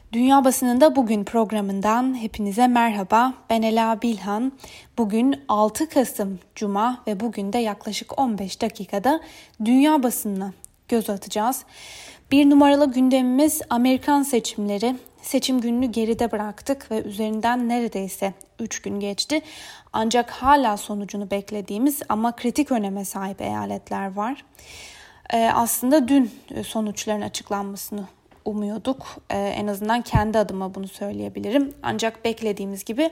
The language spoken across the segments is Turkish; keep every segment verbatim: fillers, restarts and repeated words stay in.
Dünya Basınında Bugün programından hepinize merhaba. Ben Ela Bilhan. Bugün altı Kasım Cuma ve bugün de yaklaşık on beş dakikada dünya basınına göz atacağız. Bir numaralı gündemimiz Amerikan seçimleri. Seçim gününü geride bıraktık ve üzerinden neredeyse üç gün geçti. Ancak hala sonucunu beklediğimiz ama kritik öneme sahip eyaletler var. Ee, aslında dün sonuçların açıklanmasını umuyorduk. Ee, en azından kendi adıma bunu söyleyebilirim. Ancak beklediğimiz gibi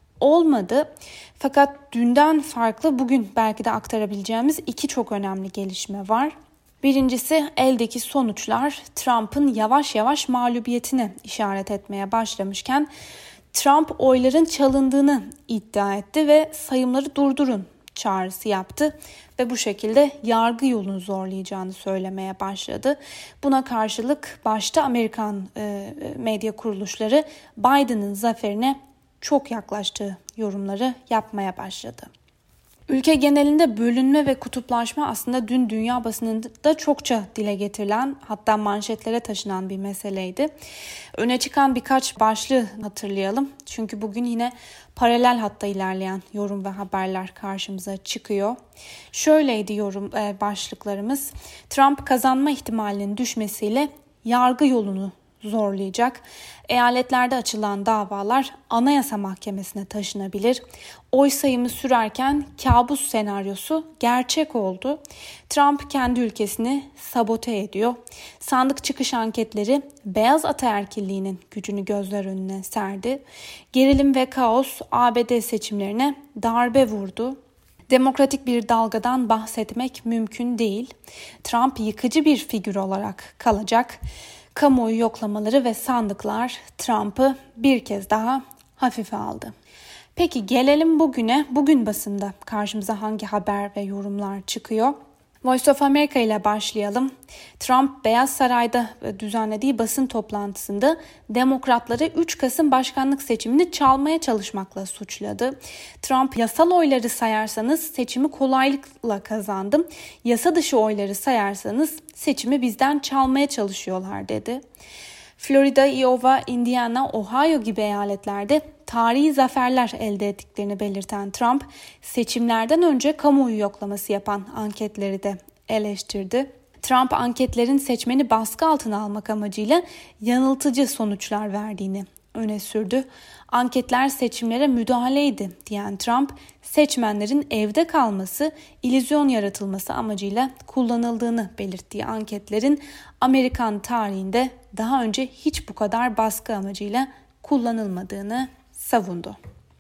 olmadı. Fakat dünden farklı bugün belki de aktarabileceğimiz iki çok önemli gelişme var. Birincisi eldeki sonuçlar Trump'ın yavaş yavaş mağlubiyetine işaret etmeye başlamışken Trump oyların çalındığını iddia etti ve sayımları durdurun çağrısı yaptı ve bu şekilde yargı yolunu zorlayacağını söylemeye başladı. Buna karşılık başta Amerikan e, medya kuruluşları Biden'ın zaferine çok yaklaştığı yorumları yapmaya başladı. Ülke genelinde bölünme ve kutuplaşma aslında dün dünya basınında çokça dile getirilen, hatta manşetlere taşınan bir meseleydi. Öne çıkan birkaç başlığı hatırlayalım. Çünkü bugün yine paralel hatta ilerleyen yorum ve haberler karşımıza çıkıyor. Şöyleydi yorum e, başlıklarımız. Trump kazanma ihtimalinin düşmesiyle yargı yolunu zorlayacak. Eyaletlerde açılan davalar Anayasa Mahkemesi'ne taşınabilir. Oy sayımı sürerken kabus senaryosu gerçek oldu. Trump kendi ülkesini sabote ediyor. Sandık çıkış anketleri beyaz ataerkilliğinin gücünü gözler önüne serdi. Gerilim ve kaos A B D seçimlerine darbe vurdu. Demokratik bir dalgadan bahsetmek mümkün değil. Trump yıkıcı bir figür olarak kalacak. Kamuoyu yoklamaları ve sandıklar Trump'ı bir kez daha hafife aldı. Peki gelelim bugüne. Bugün basında karşımıza hangi haber ve yorumlar çıkıyor? Voice of America ile başlayalım. Trump Beyaz Saray'da düzenlediği basın toplantısında Demokratları üç Kasım başkanlık seçimini çalmaya çalışmakla suçladı. Trump, yasal oyları sayarsanız seçimi kolaylıkla kazandım. Yasa dışı oyları sayarsanız seçimi bizden çalmaya çalışıyorlar dedi. Florida, Iowa, Indiana, Ohio gibi eyaletlerde tarihi zaferler elde ettiklerini belirten Trump, seçimlerden önce kamuoyu yoklaması yapan anketleri de eleştirdi. Trump anketlerin seçmeni baskı altına almak amacıyla yanıltıcı sonuçlar verdiğini öne sürdü. Anketler seçimlere müdahaleydi diyen Trump, seçmenlerin evde kalması, illüzyon yaratılması amacıyla kullanıldığını belirttiği anketlerin Amerikan tarihinde daha önce hiç bu kadar baskı amacıyla kullanılmadığını savundu.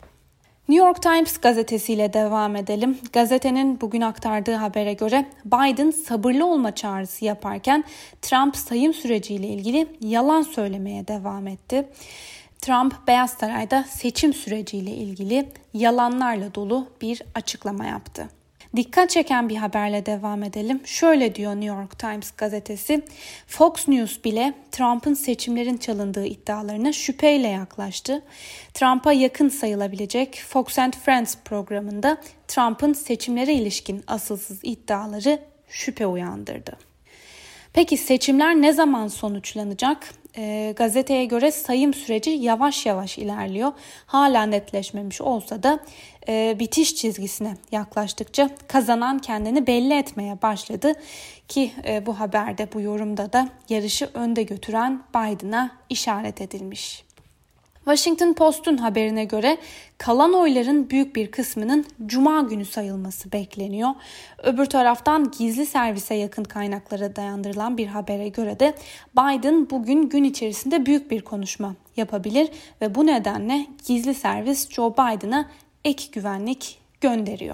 New York Times gazetesiyle devam edelim. Gazetenin bugün aktardığı habere göre Biden sabırlı olma çağrısı yaparken Trump sayım süreciyle ilgili yalan söylemeye devam etti. Trump Beyaz Saray'da seçim süreciyle ilgili yalanlarla dolu bir açıklama yaptı. Dikkat çeken bir haberle devam edelim. Şöyle diyor New York Times gazetesi, Fox News bile Trump'ın seçimlerin çalındığı iddialarına şüpheyle yaklaştı. Trump'a yakın sayılabilecek Fox and Friends programında Trump'ın seçimlere ilişkin asılsız iddiaları şüphe uyandırdı. Peki seçimler ne zaman sonuçlanacak? E, gazeteye göre sayım süreci yavaş yavaş ilerliyor. Hala netleşmemiş olsa da e, bitiş çizgisine yaklaştıkça kazanan kendini belli etmeye başladı ki e, bu haberde, bu yorumda da yarışı önde götüren Biden'a işaret edilmiş. Washington Post'un haberine göre kalan oyların büyük bir kısmının Cuma günü sayılması bekleniyor. Öbür taraftan gizli servise yakın kaynaklara dayandırılan bir habere göre de Biden bugün gün içerisinde büyük bir konuşma yapabilir ve bu nedenle gizli servis Joe Biden'a ek güvenlik gönderiyor.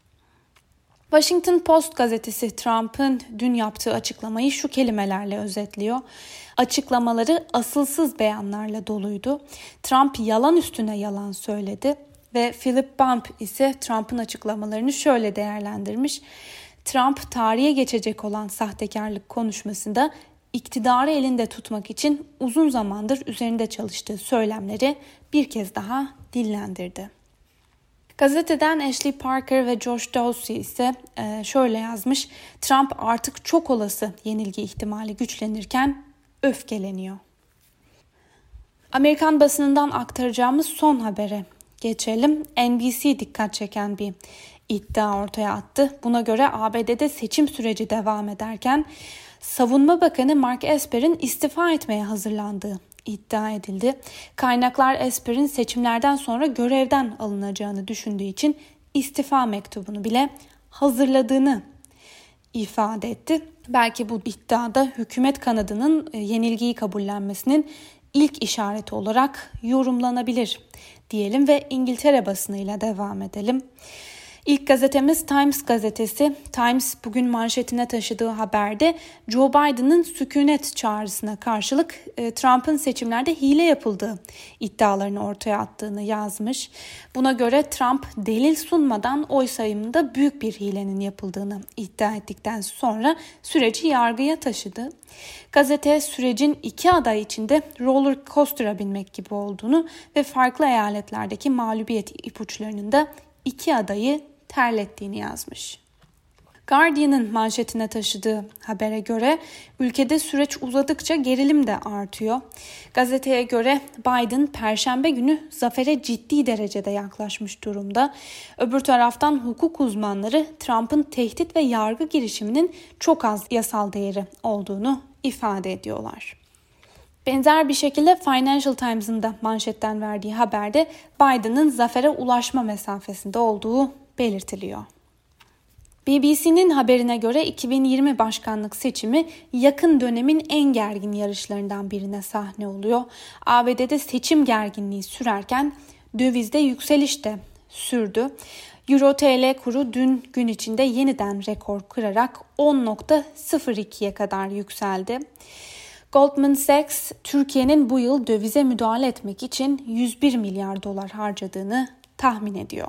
Washington Post gazetesi Trump'ın dün yaptığı açıklamayı şu kelimelerle özetliyor. Açıklamaları asılsız beyanlarla doluydu. Trump yalan üstüne yalan söyledi ve Philip Bump ise Trump'ın açıklamalarını şöyle değerlendirmiş. Trump tarihe geçecek olan sahtekarlık konuşmasında iktidarı elinde tutmak için uzun zamandır üzerinde çalıştığı söylemleri bir kez daha dillendirdi. Gazeteden Ashley Parker ve Josh Dawsey ise şöyle yazmış. Trump artık çok olası yenilgi ihtimali güçlenirken öfkeleniyor. Amerikan basınından aktaracağımız son habere geçelim. N B C dikkat çeken bir iddia ortaya attı. Buna göre A B D'de seçim süreci devam ederken Savunma Bakanı Mark Esper'in istifa etmeye hazırlandığı iddia edildi. Kaynaklar Esper'in seçimlerden sonra görevden alınacağını düşündüğü için istifa mektubunu bile hazırladığını ifade etti. Belki bu iddiada hükümet kanadının yenilgiyi kabullenmesinin ilk işareti olarak yorumlanabilir diyelim ve İngiltere basınıyla devam edelim. İlk gazetemiz Times gazetesi. Times bugün manşetine taşıdığı haberde Joe Biden'ın sükunet çağrısına karşılık Trump'ın seçimlerde hile yapıldığı iddialarını ortaya attığını yazmış. Buna göre Trump delil sunmadan oy sayımında büyük bir hilenin yapıldığını iddia ettikten sonra süreci yargıya taşıdı. Gazete sürecin iki aday içinde roller coaster'a binmek gibi olduğunu ve farklı eyaletlerdeki mağlubiyet ipuçlarının da iki adayı terlettiğini yazmış. Guardian'ın manşetine taşıdığı habere göre ülkede süreç uzadıkça gerilim de artıyor. Gazeteye göre Biden Perşembe günü zafere ciddi derecede yaklaşmış durumda. Öbür taraftan hukuk uzmanları Trump'ın tehdit ve yargı girişiminin çok az yasal değeri olduğunu ifade ediyorlar. Benzer bir şekilde Financial Times'ın da manşetten verdiği haberde Biden'ın zafere ulaşma mesafesinde olduğu belirtiliyor. B B C'nin haberine göre iki bin yirmi başkanlık seçimi yakın dönemin en gergin yarışlarından birine sahne oluyor. A B D'de seçim gerginliği sürerken dövizde yükseliş de sürdü. Euro T L kuru dün gün içinde yeniden rekor kırarak on nokta sıfır ikiye kadar yükseldi. Goldman Sachs, Türkiye'nin bu yıl dövize müdahale etmek için yüz bir milyar dolar harcadığını tahmin ediyor.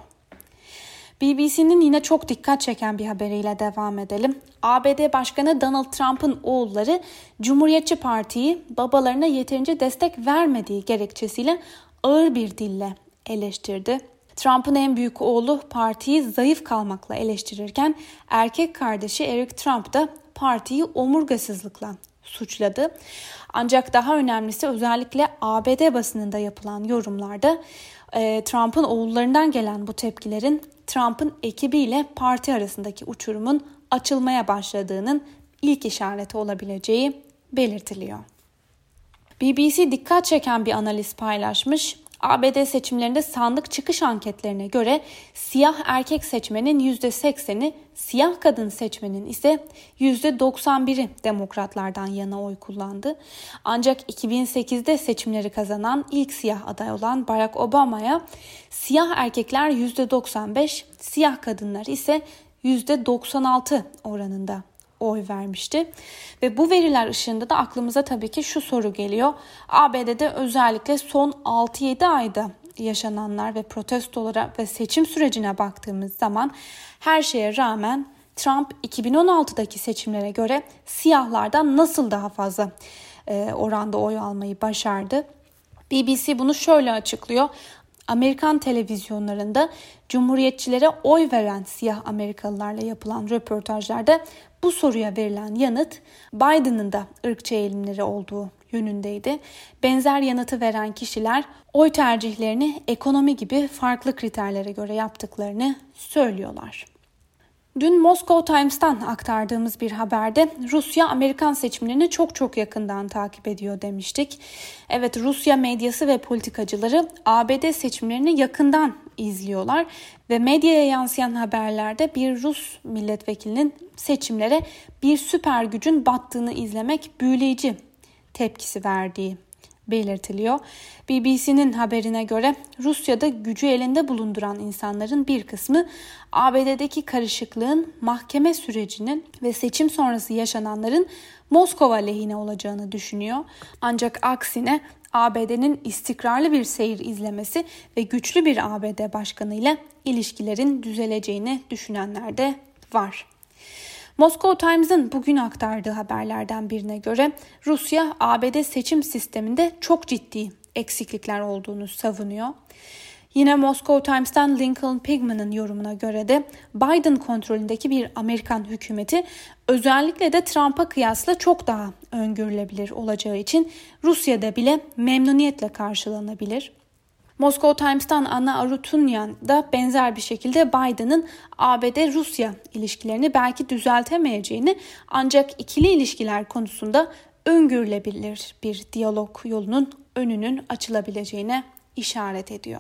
B B C'nin yine çok dikkat çeken bir haberiyle devam edelim. A B D Başkanı Donald Trump'ın oğulları Cumhuriyetçi Parti'yi babalarına yeterince destek vermediği gerekçesiyle ağır bir dille eleştirdi. Trump'ın en büyük oğlu partiyi zayıf kalmakla eleştirirken erkek kardeşi Eric Trump da partiyi omurgasızlıkla suçladı. Ancak daha önemlisi özellikle A B D basınında yapılan yorumlarda e, Trump'ın oğullarından gelen bu tepkilerin Trump'ın ekibiyle parti arasındaki uçurumun açılmaya başladığının ilk işareti olabileceği belirtiliyor. B B C dikkat çeken bir analiz paylaşmış. A B D seçimlerinde sandık çıkış anketlerine göre siyah erkek seçmenin yüzde sekseni, siyah kadın seçmenin ise yüzde doksan biri demokratlardan yana oy kullandı. Ancak iki bin sekizde seçimleri kazanan ilk siyah aday olan Barack Obama'ya siyah erkekler yüzde doksan beş, siyah kadınlar ise yüzde doksan altı oranında oy vermişti. Ve bu veriler ışığında da aklımıza tabii ki şu soru geliyor. A B D'de özellikle son altı yedi ayda yaşananlar ve protestolara ve seçim sürecine baktığımız zaman her şeye rağmen Trump iki bin on altıdaki seçimlere göre siyahlardan nasıl daha fazla e, oranda oy almayı başardı? B B C bunu şöyle açıklıyor. Amerikan televizyonlarında Cumhuriyetçilere oy veren siyah Amerikalılarla yapılan röportajlarda bu soruya verilen yanıt Biden'ın da ırkçı eğilimleri olduğu yönündeydi. Benzer yanıtı veren kişiler oy tercihlerini ekonomi gibi farklı kriterlere göre yaptıklarını söylüyorlar. Dün Moscow Times'tan aktardığımız bir haberde Rusya Amerikan seçimlerini çok çok yakından takip ediyor demiştik. Evet, Rusya medyası ve politikacıları A B D seçimlerini yakından izliyorlar ve medyaya yansıyan haberlerde bir Rus milletvekilinin seçimlere bir süper gücün battığını izlemek büyüleyici tepkisi verdiği belirtiliyor. B B C'nin haberine göre Rusya'da gücü elinde bulunduran insanların bir kısmı A B D'deki karışıklığın mahkeme sürecinin ve seçim sonrası yaşananların Moskova lehine olacağını düşünüyor. Ancak aksine A B D'nin istikrarlı bir seyir izlemesi ve güçlü bir A B D başkanıyla ilişkilerin düzeleceğini düşünenler de var. Moscow Times'ın bugün aktardığı haberlerden birine göre Rusya A B D seçim sisteminde çok ciddi eksiklikler olduğunu savunuyor. Yine Moscow Times'tan Lincoln Pigman'ın yorumuna göre de Biden kontrolündeki bir Amerikan hükümeti özellikle de Trump'a kıyasla çok daha öngörülebilir olacağı için Rusya'da bile memnuniyetle karşılanabilir. Moscow Times'tan Anna Arutunyan da benzer bir şekilde Biden'ın A B D-Rusya ilişkilerini belki düzeltemeyeceğini ancak ikili ilişkiler konusunda öngörülebilir bir diyalog yolunun önünün açılabileceğine işaret ediyor.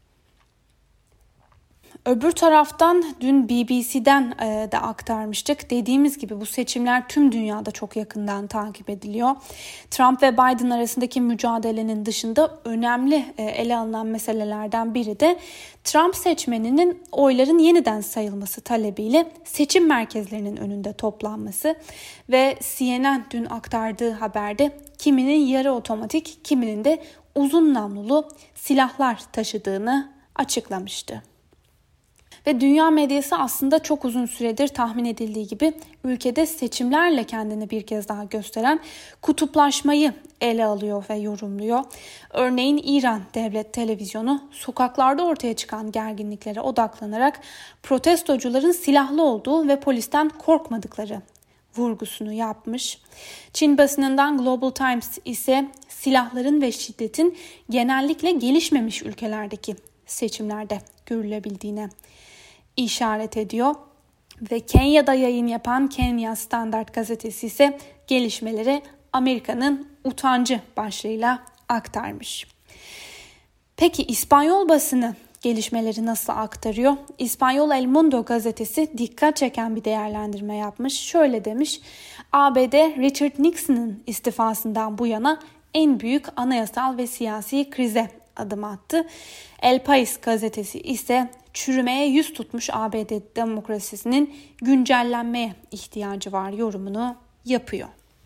Öbür taraftan dün B B C'den de aktarmıştık. Dediğimiz gibi bu seçimler tüm dünyada çok yakından takip ediliyor. Trump ve Biden arasındaki mücadelenin dışında önemli ele alınan meselelerden biri de Trump seçmeninin oyların yeniden sayılması talebiyle seçim merkezlerinin önünde toplanması ve C N N dün aktardığı haberde kiminin yarı otomatik, kiminin de uzun namlulu silahlar taşıdığını açıklamıştı. Ve dünya medyası aslında çok uzun süredir tahmin edildiği gibi ülkede seçimlerle kendini bir kez daha gösteren kutuplaşmayı ele alıyor ve yorumluyor. Örneğin İran Devlet Televizyonu sokaklarda ortaya çıkan gerginliklere odaklanarak protestocuların silahlı olduğu ve polisten korkmadıkları vurgusunu yapmış. Çin basınından Global Times ise silahların ve şiddetin genellikle gelişmemiş ülkelerdeki seçimlerde görülebildiğine işaret ediyor. Ve Kenya'da yayın yapan Kenya Standard gazetesi ise gelişmeleri Amerika'nın utancı başlığıyla aktarmış. Peki İspanyol basını gelişmeleri nasıl aktarıyor? İspanyol El Mundo gazetesi dikkat çeken bir değerlendirme yapmış. Şöyle demiş: A B D Richard Nixon'ın istifasından bu yana en büyük anayasal ve siyasi krize adım attı. El País gazetesi ise çürümeye yüz tutmuş A B D demokrasisinin güncellenmeye ihtiyacı var yorumunu yapıyor.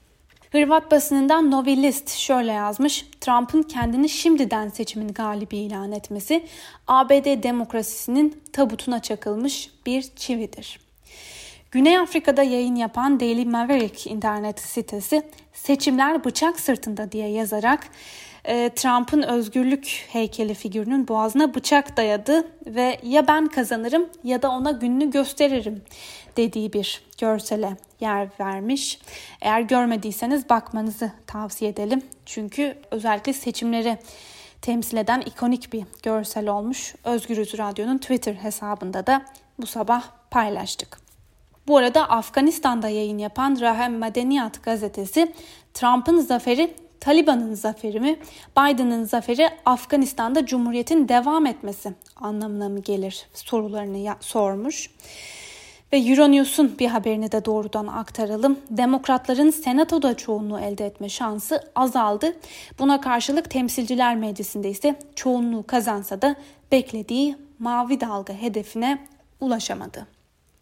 Hırvat basınından Novi List şöyle yazmış: Trump'ın kendini şimdiden seçimin galibi ilan etmesi A B D demokrasisinin tabutuna çakılmış bir çividir. Güney Afrika'da yayın yapan Daily Maverick internet sitesi seçimler bıçak sırtında diye yazarak Trump'ın özgürlük heykeli figürünün boğazına bıçak dayadı ve ya ben kazanırım ya da ona gününü gösteririm dediği bir görsele yer vermiş. Eğer görmediyseniz bakmanızı tavsiye edelim. Çünkü özellikle seçimleri temsil eden ikonik bir görsel olmuş. Özgürüz Radyo'nun Twitter hesabında da bu sabah paylaştık. Bu arada Afganistan'da yayın yapan Rahem Madeniyat gazetesi Trump'ın zaferi Taliban'ın zaferi mi, Biden'ın zaferi Afganistan'da Cumhuriyet'in devam etmesi anlamına mı gelir sorularını ya- sormuş. Ve Euronews'un bir haberini de doğrudan aktaralım. Demokratların senatoda çoğunluğu elde etme şansı azaldı. Buna karşılık Temsilciler Meclisi'nde ise çoğunluğu kazansa da beklediği mavi dalga hedefine ulaşamadı.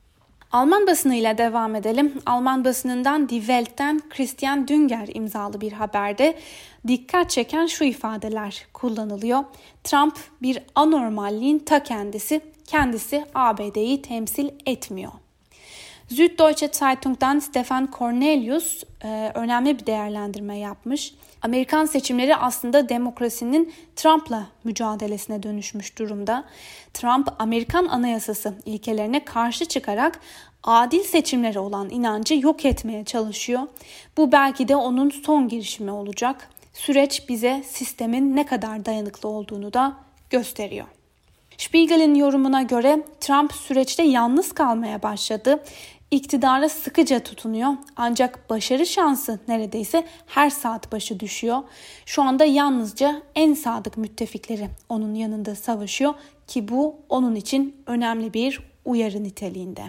Alman basınıyla devam edelim. Alman basınından Die Welt'ten Christian Dünger imzalı bir haberde dikkat çeken şu ifadeler kullanılıyor. Trump bir anormalliğin ta kendisi, kendisi A B D'yi temsil etmiyor. Süddeutsche Zeitung'dan Stefan Cornelius e, önemli bir değerlendirme yapmış. Amerikan seçimleri aslında demokrasinin Trump'la mücadelesine dönüşmüş durumda. Trump, Amerikan Anayasası ilkelerine karşı çıkarak adil seçimlere olan inancı yok etmeye çalışıyor. Bu belki de onun son girişimi olacak. Süreç bize sistemin ne kadar dayanıklı olduğunu da gösteriyor. Spiegel'in yorumuna göre Trump süreçte yalnız kalmaya başladı. İktidara sıkıca tutunuyor ancak başarı şansı neredeyse her saat başı düşüyor. Şu anda yalnızca en sadık müttefikleri onun yanında savaşıyor ki bu onun için önemli bir uyarı niteliğinde.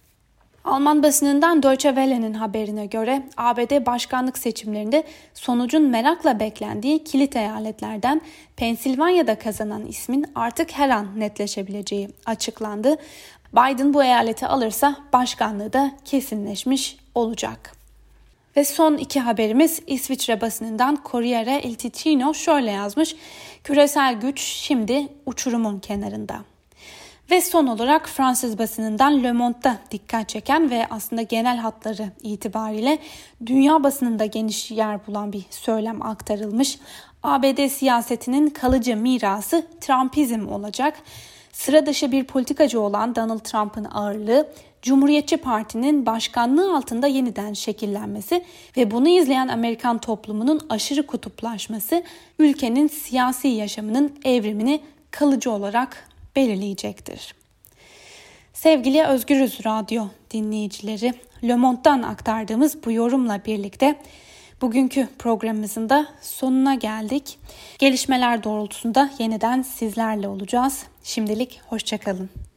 Alman basınından Deutsche Welle'nin haberine göre A B D başkanlık seçimlerinde sonucun merakla beklendiği kilit eyaletlerden Pensilvanya'da kazanan ismin artık her an netleşebileceği açıklandı. Biden bu eyaleti alırsa başkanlığı da kesinleşmiş olacak. Ve son iki haberimiz İsviçre basınından Corriere il Ticino şöyle yazmış: küresel güç şimdi uçurumun kenarında. Ve son olarak Fransız basınından Le Monde'da dikkat çeken ve aslında genel hatları itibariyle dünya basınında geniş yer bulan bir söylem aktarılmış. A B D siyasetinin kalıcı mirası Trumpizm olacak. Sıra dışı bir politikacı olan Donald Trump'ın ağırlığı, Cumhuriyetçi Parti'nin başkanlığı altında yeniden şekillenmesi ve bunu izleyen Amerikan toplumunun aşırı kutuplaşması ülkenin siyasi yaşamının evrimini kalıcı olarak belirleyecektir. Sevgili Özgürüz Radyo dinleyicileri, Le Monde'dan aktardığımız bu yorumla birlikte bugünkü programımızın da sonuna geldik. Gelişmeler doğrultusunda yeniden sizlerle olacağız. Şimdilik hoşça kalın.